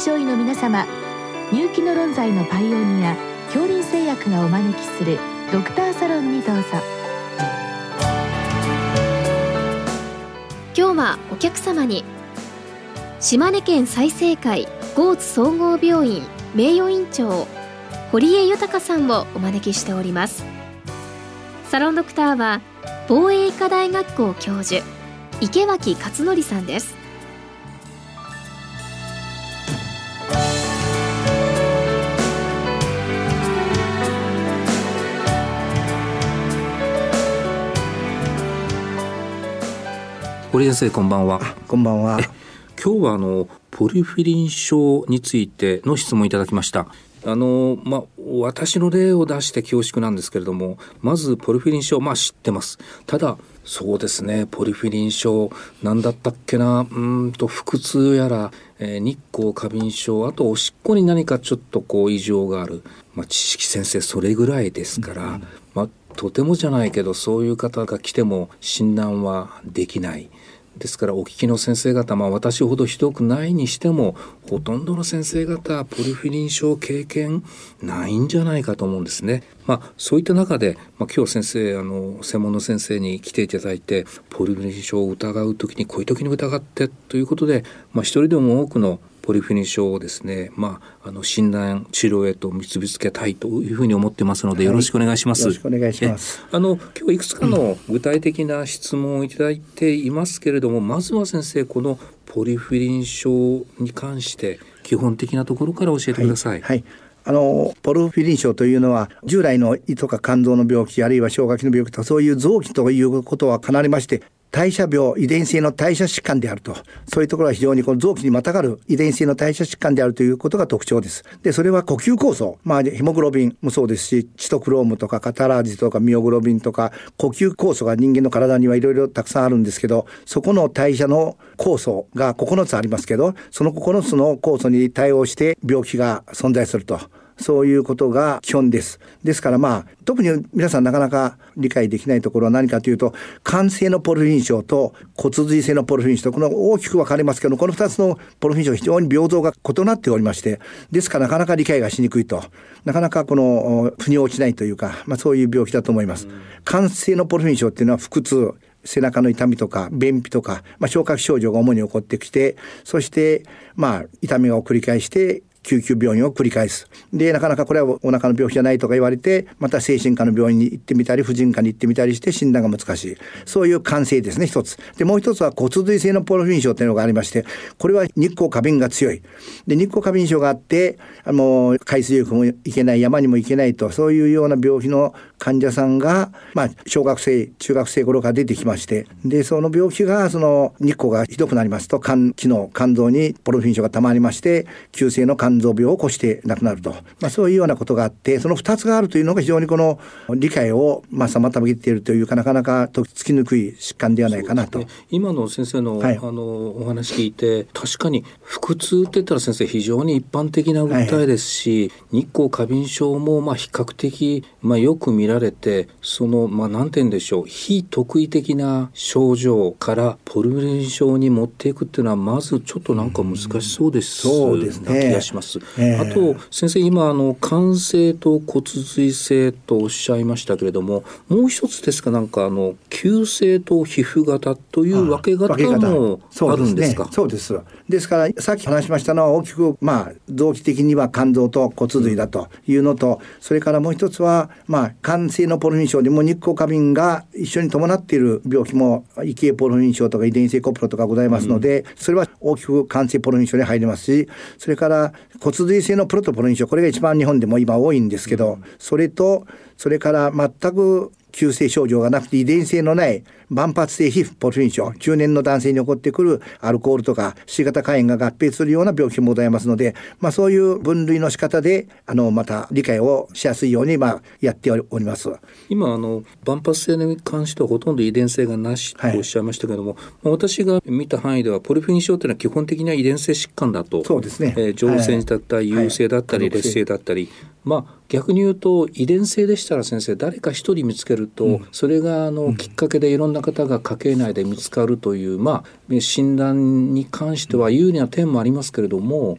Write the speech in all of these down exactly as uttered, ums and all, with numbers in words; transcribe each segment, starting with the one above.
症医の皆様、入気の論剤のパイオニア恐林製薬がお招きするドクターサロンにどうぞ。 今日はお客様に島根県済生会江津総合病院名誉院長堀江豊さんをお招きしております。サロンドクターは防衛医科大学校教授池脇勝則さんです。 堀先生、こんばんは。 こんばんは。 今日はあのポリフィリン症についての質問いただきました。あの、まあ、私の例を出して恐縮なんですけれども、まずポリフィリン症、まあ、知ってます。ただそうですね、ポリフィリン症なんだったっけな、うーんと腹痛やら、えー、日光過敏症、あとおしっこに何かちょっとこう異常がある、まあ、知識先生それぐらいですから、うんまあ、とてもじゃないけどそういう方が来ても診断はできない。ですからお聞きの先生方、まあ、私ほどひどくないにしてもほとんどの先生方ポリフィリン症経験ないんじゃないかと思うんですね。まあ、そういった中で、まあ、今日先生あの専門の先生に来ていただいてポリフィリン症を疑うときにこういうときに疑ってということで、まあ、一人でも多くのポリフィリン症をですね、まあ、あの診断治療へと結びつけたいというふうに思ってますので、はい、よろしくお願いします。 よろしくお願いします。 あの今日いくつかの具体的な質問をいただいていますけれども、まずは先生このポリフィリン症に関して基本的なところから教えてください。 はい、はい、あのポリフィリン症というのは従来の胃とか肝臓の病気あるいは消化器の病気とかそういう臓器ということは離れまして代謝病、遺伝性の代謝疾患であると、そういうところは非常にこの臓器にまたがる遺伝性の代謝疾患であるということが特徴です。で、それは呼吸酵素、まあヘモグロビンもそうですし、チトクロームとかカタラージとかミオグロビンとか呼吸酵素が人間の体にはいろいろたくさんあるんですけど、そこの代謝の酵素がここのつありますけど、そのここのつの酵素に対応して病気が存在すると。そういうことが基本です。ですからまあ特に皆さんなかなか理解できないところは何かというと、肝性のポリフィリン症と骨髄性のポリフィリン症とこの大きく分かれますけど、このふたつのポリフィリン症は非常に病状が異なっておりまして、ですからなかなか理解がしにくいと、なかなかこの腑に落ちないというか、まあ、そういう病気だと思います。肝性のポリフィリン症っていうのは腹痛、背中の痛みとか便秘とか、まあ、消化器症状が主に起こってきて、そしてまあ痛みを繰り返して救急病院を繰り返す。で、なかなかこれはお腹の病気じゃないとか言われて、また精神科の病院に行ってみたり婦人科に行ってみたりして診断が難しい。そういう肝性ですね、一つ。で、もう一つは骨髄性のポリフィリン症というのがありまして、これは日光過敏が強い。で、日光過敏症があって、あの海水浴も行けない、山にも行けないと、そういうような病気の患者さんが、まあ、小学生、中学生頃から出てきまして、で、その病気が、その日光がひどくなりますと、肝機能、肝臓にポリフィリン症がたまりまして、急性の肝臓病を起こして亡くなると、まあ、そういうようなことがあって、そのふたつがあるというのが非常にこの理解をまあ妨げているというか、なかなかとっつきにくい疾患ではないかなと、 ね、今の先生の、はい、あのお話聞いて、確かに腹痛って言ったら先生非常に一般的な訴えですし、はい、日光過敏症もまあ比較的、まあ、よく見られて、そのまあ何て言うんでしょう、非特異的な症状からポリフィリン症に持っていくっていうのはまずちょっとなんか難しそうです、 うん、そうですね、 な気がします。あと先生、今あの肝性と骨髄性とおっしゃいましたけれども、もう一つですか、なんかあの急性と皮膚型という分け方もあるんですか。 そうです、ね、そうです。ですからさっき話しましたのは大きくまあ臓器的には肝臓と骨髄だというのと、うん、それからもう一つはまあ肝性のポリフィリン症でも日光過敏が一緒に伴っている病気も異形ポリフィリン症とか遺伝性コプロとかございますので、うん、それは大きく肝性ポリフィリン症に入りますし、それから骨髄性のプロトポリフィリン症、これが一番日本でも今多いんですけど、うん、それとそれから全く急性症状がなくて遺伝性のない万発性皮膚ポリフィリン症、中年の男性に起こってくるアルコールとか C 型肝炎が合併するような病気もございますので、まあ、そういう分類の仕方であのまた理解をしやすいようにまあやっております。 今あの万発性に関してはほとんど遺伝性がなしとおっしゃいましたけども、はい、私が見た範囲ではポリフィリン症というのは基本的には遺伝性疾患だと。そうですね、えー、常性だったり優性だったり劣性だったり、まあ、逆に言うと遺伝性でしたら先生、誰か一人見つけると、うん、それがあの、うん、きっかけでいろんな方が家系内で見つかるという、まあ、診断に関しては有利な点もありますけれども、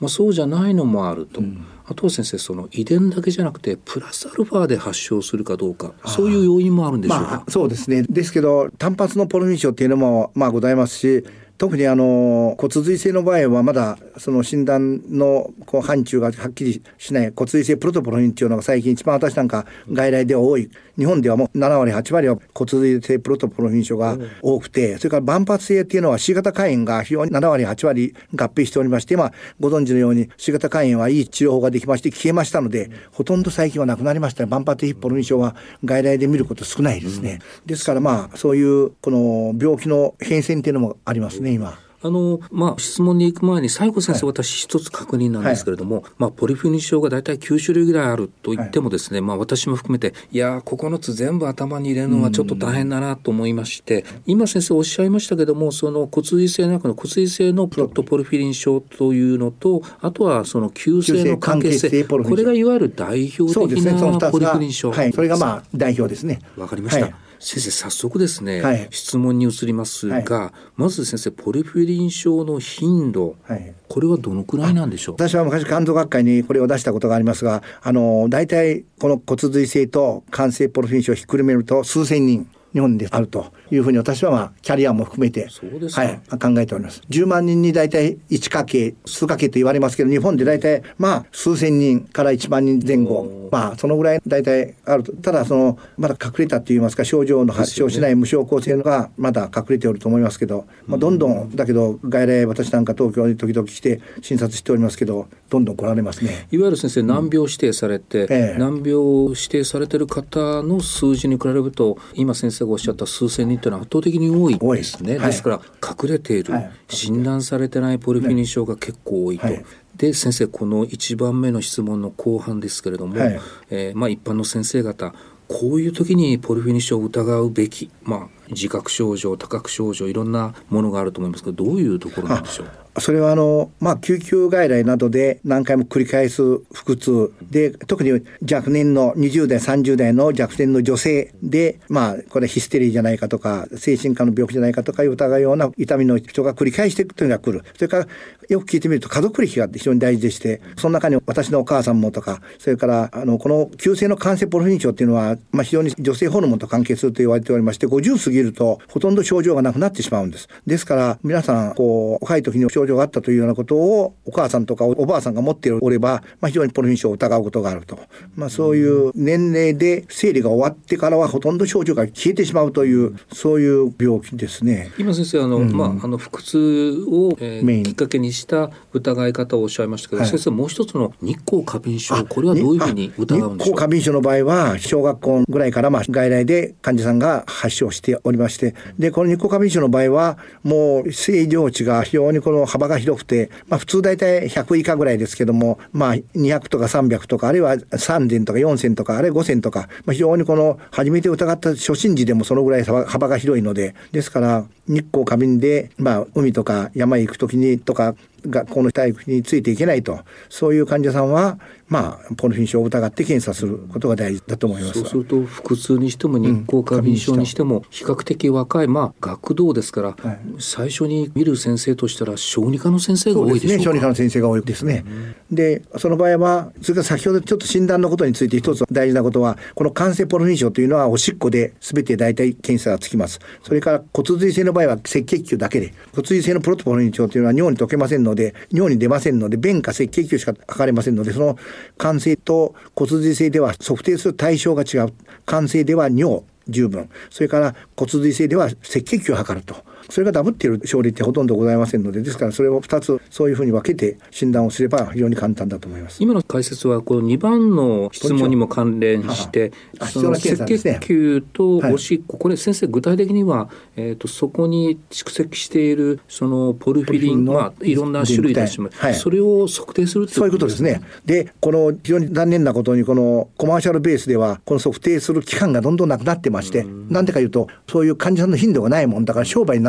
まあ、そうじゃないのもあると、うん、あとは先生その遺伝だけじゃなくてプラスアルファで発症するかどうか、そういう要因もあるんでしょうか。 まあ、そうですね。ですけど単発のポルフィリン症っていうのもまあございますし、特にあの骨髄性の場合はまだその診断のこう範疇がはっきりしない骨髄性プロトポルフィンっていうのが最近一番私なんか外来では多い。日本ではもうななわりはちわりは骨髄性プロトポルフィン症が多くて、それから万発性っていうのは C 型肝炎が非常にななわりはちわり合併しておりまして、今ご存知のように C 型肝炎はいい治療法ができまして消えましたので、ほとんど最近はなくなりました。万発性ポルフィン症は外来で見ること少ないですね。ですからまあそういうこの病気の変遷っていうのもありますね今。 あのまあ、質問に行く前に西郷先生、はい、私一つ確認なんですけれども、はいまあ、ポリフィリン症がだいたいきゅうしゅるいぐらいあると言ってもですね、はいまあ、私も含めていやここのつ全部頭に入れるのはちょっと大変だなと思いまして、今先生おっしゃいましたけども、その骨髄性の中の骨髄性のプロトポリフィリン症というのと、あとはその急性の関係性、これがいわゆる代表的なポリフィリン症、 はい、それがまあ代表ですね。 わかりました、はい先生早速ですね、はい、質問に移りますが、はい、まず先生ポリフィリン症の頻度、はい、これはどのくらいなんでしょう。 私は昔肝臓学会にこれを出したことがありますが、あの大体この骨髄性と肝性ポリフィリン症をひっくるめると数千人日本であるというふうに私はまあキャリアも含めて、はい、考えております。じゅうまんにんに大体いち家系数家系と言われますけど、日本で大体まあ数千人からいちまんにんぜん後、まあそのぐらい大体あると。ただそのまだ隠れたといいますか、症状の発症しない無症候性のがまだ隠れておると思いますけど、まあ、どんどんだけど外来私なんか東京に時々来て診察しておりますけど、どんどん来られますね。 いわゆる先生難病指定されて、うんええ、難病指定されている方の数字に比べると今先生がおっしゃった数千人というのは圧倒的に多いですね。です、はい、ですから隠れている、はい、診断されてないポリフィリン症が結構多いと、はい、で先生このいちばんめの質問の後半ですけれども、はいえーまあ、一般の先生方こういう時にポリフィリン症を疑うべき、まあ、自覚症状多覚症状いろんなものがあると思いますが、どういうところなんでしょう。 それはあの、まあ、救急外来などで何回も繰り返す腹痛で、特に若年のにじゅうだいさんじゅうだいの若年の女性で、まあ、これヒステリーじゃないかとか精神科の病気じゃないかとか疑うような痛みの人が繰り返していくというのが来る。それからよく聞いてみると家族歴が非常に大事でして、その中に私のお母さんもとか、それからあのこの急性の肝性ポリフィリン症っていうのは、まあ、非常に女性ホルモンと関係すると言われておりまして、ごじゅう過ぎるとほとんど症状がなくなってしまうんです。ですから皆さんこう若い時に症状があったというようなことをお母さんとかおばあさんが持っておれば、まあ、非常にポリフィリン症を疑うことがあると、まあ、そういう年齢で生理が終わってからはほとんど症状が消えてしまうというそういう病気ですね。 今先生あの、うんまあ、あの腹痛を、えー、きっかけにした疑い方をおっしゃいましたけど、はい、先生もう一つの日光過敏症、これはどういうふうに疑うんでしょう。 日光過敏症の場合は小学校ぐらいからまあ外来で患者さんが発症しておりまして、でこの日光過敏症の場合はもう正常値が非常にこの幅が広くて、まあ、普通大体ひゃく以下ぐらいですけども、まあ、にひゃくとかさんびゃくとかあるいはさんぜんとかよんせんとかあるいはごせんとか、まあ、非常にこの初めて疑った初診時でもそのぐらい幅が広いので、ですから日光過敏で、まあ、海とか山へ行くときにとか学校の体育についていけないと、そういう患者さんはまあポリフィリン症を疑って検査することが大事だと思います。 そうすると腹痛にしても日光過敏症にしても比較的若い、まあ、学童ですから、はい、最初に見る先生としたら小児科の先生が多いでしょうか。そうですね、小児科の先生が多いですね、うん、でその場合はそれから先ほどちょっと診断のことについて一つ大事なことは、この肝性ポリフィリン症というのはおしっこで全て大体検査がつきます。それから骨髄性の場合は赤血球だけで、骨髄性のプロトポリフィリン症というのは尿に溶けませんので尿に出ませんので、便か赤血球しか測れませんので、その肝性と骨髄性では測定する対象が違う。肝性では尿十分、それから骨髄性では赤血球を測ると、それがダブっている症例ってほとんどございませんので、ですからそれをふたつそういうふうに分けて診断をすれば非常に簡単だと思います。 今の解説はこのにばんの質問にも関連してその赤血球とおしっこ、はい、これ先生具体的には、えー、とそこに蓄積しているそのポルフィリン、まあ、いろんな種類出しても、はい、それを測定するということですね。 そういうことですね。でこの非常に残念なことにこのコマーシャルベースではこの測定する期間がどんどんなくなってまして、んなんでかいうとそういう患者さんの頻度がないもんだから商売にな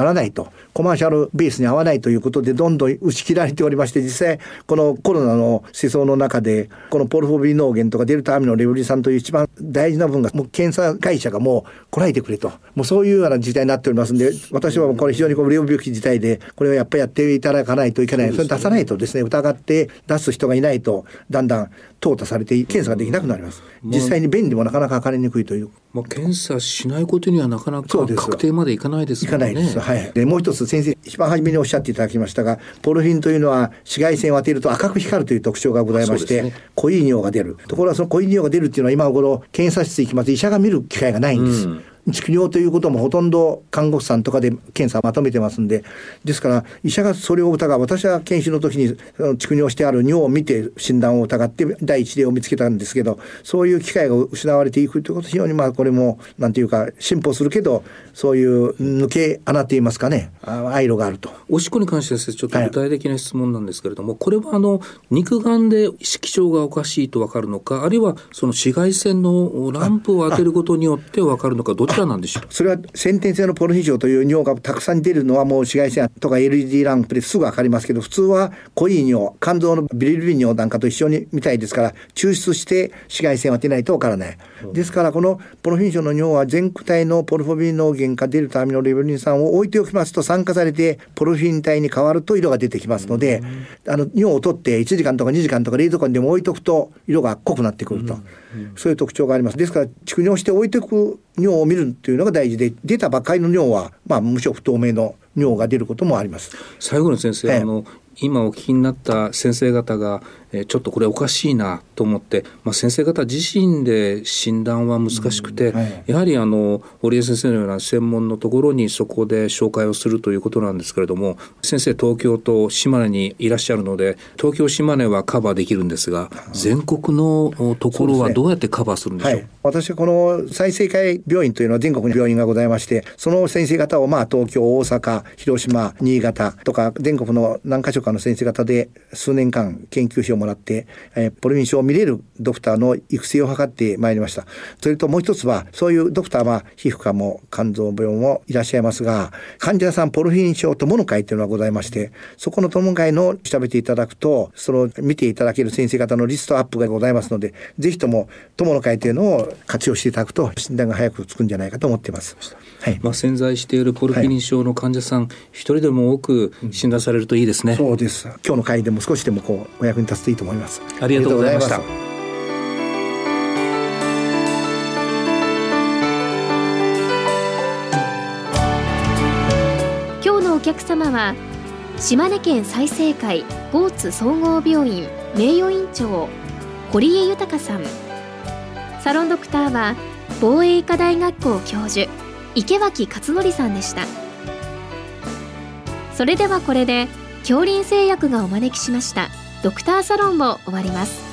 ならないと、コマーシャルベースに合わないということでどんどん打ち切られておりまして、実際このコロナの思想の中でこのポルフォビリノーゲンとかデルタアミノレブリ酸という一番大事な部分がもう検査会社がもう来ないでくれと、もうそういうような事態になっておりますので、私はこれ非常にこうレブ病気自体でこれをやっぱりやっていただかないといけない。それ出さないとですね、疑って出す人がいないとだんだん淘汰されて検査ができなくなります。実際に便利もなかなかかかりにくいという、 まあ、検査しないことにはなかなか確定までいかないですからね。 いかないです、はい、でもう一つ先生一番初めにおっしゃっていただきましたが、ポルフィンというのは紫外線を当てると赤く光るという特徴がございまして、ね、濃い尿が出る。ところがその濃い尿が出るっていうのは今頃検査室行きますと医者が見る機会がないんです、うん、蓄尿ということもほとんど看護師さんとかで検査をまとめてますんで、ですから医者がそれを疑う。私は研修の時に蓄尿してある尿を見て診断を疑って第一例を見つけたんですけど、そういう機会が失われていくということ非常にまあこれもなんていうか進歩するけど、そういう抜け穴といいますかね、愛路があると。 おしっこに関してですね、ちょっと具体的な質問なんですけれども、はい、これはあの肉眼で色調がおかしいと分かるのか、あるいはその紫外線のランプを当てることによって分かるのか、どちらなんでしょう。 それは先天性のポルフィン症という尿がたくさん出るのはもう紫外線とか エルイーディー ランプですぐ分かりますけど、普通は濃い尿、肝臓のビリルビン尿なんかと一緒にみたいですから、抽出して紫外線を当てないと分からない、うん、ですからこのポルフィン症の尿は全区体のポルフォビリノーゲンかデルタアミノレブリン酸を置いておきますと酸化されてポルフィン体に変わると色が出てきますので、うん、あの尿を取っていちじかんとかにじかんとか冷蔵庫にでも置いとくと色が濃くなってくると、うんうん、そういう特徴があります。ですから蓄尿して置いておく尿を見るというのが大事で、出たばかりの尿は、まあ、無色不透明の尿が出ることもあります。 最後の先生、はい、あの今お聞きになった先生方が、えー、ちょっとこれおかしいなと思って、まあ、先生方自身で診断は難しくて、うんはい、やはりあの堀江先生のような専門のところにそこで紹介をするということなんですけれども、先生東京と島根にいらっしゃるので東京島根はカバーできるんですが、全国のところはどうやってカバーするんでしょう。 はい、私はこの済生会病院というのは全国に病院がございまして、その先生方をまあ東京、大阪、広島、新潟とか全国の何か所かの先生方で数年間研究費をもらって、えー、ポルフィン症を見れるドクターの育成を図ってまいりました。それともう一つはそういうドクターは皮膚科も肝臓病もいらっしゃいますが、患者さんポルフィン症友の会というのがございまして、そこの友の会の調べていただくとその見ていただける先生方のリストアップがございますので、ぜひとも友の会というのを活用していただくと診断が早くつくんじゃないかと思っています。 はいまあ、潜在しているポルフィリン症の患者さん、はい、一人でも多く診断されるといいですね。 うん、そうです。今日の会でも少しでもこうお役に立つといいと思います。 ありがとうございました。 今日のお客様は島根県済生会江津総合病院名誉院長堀江豊さん、サロンドクターは防衛医科大学校教授池脇勝則さんでした。それではこれで杏林製薬がお招きしましたドクターサロンを終わります。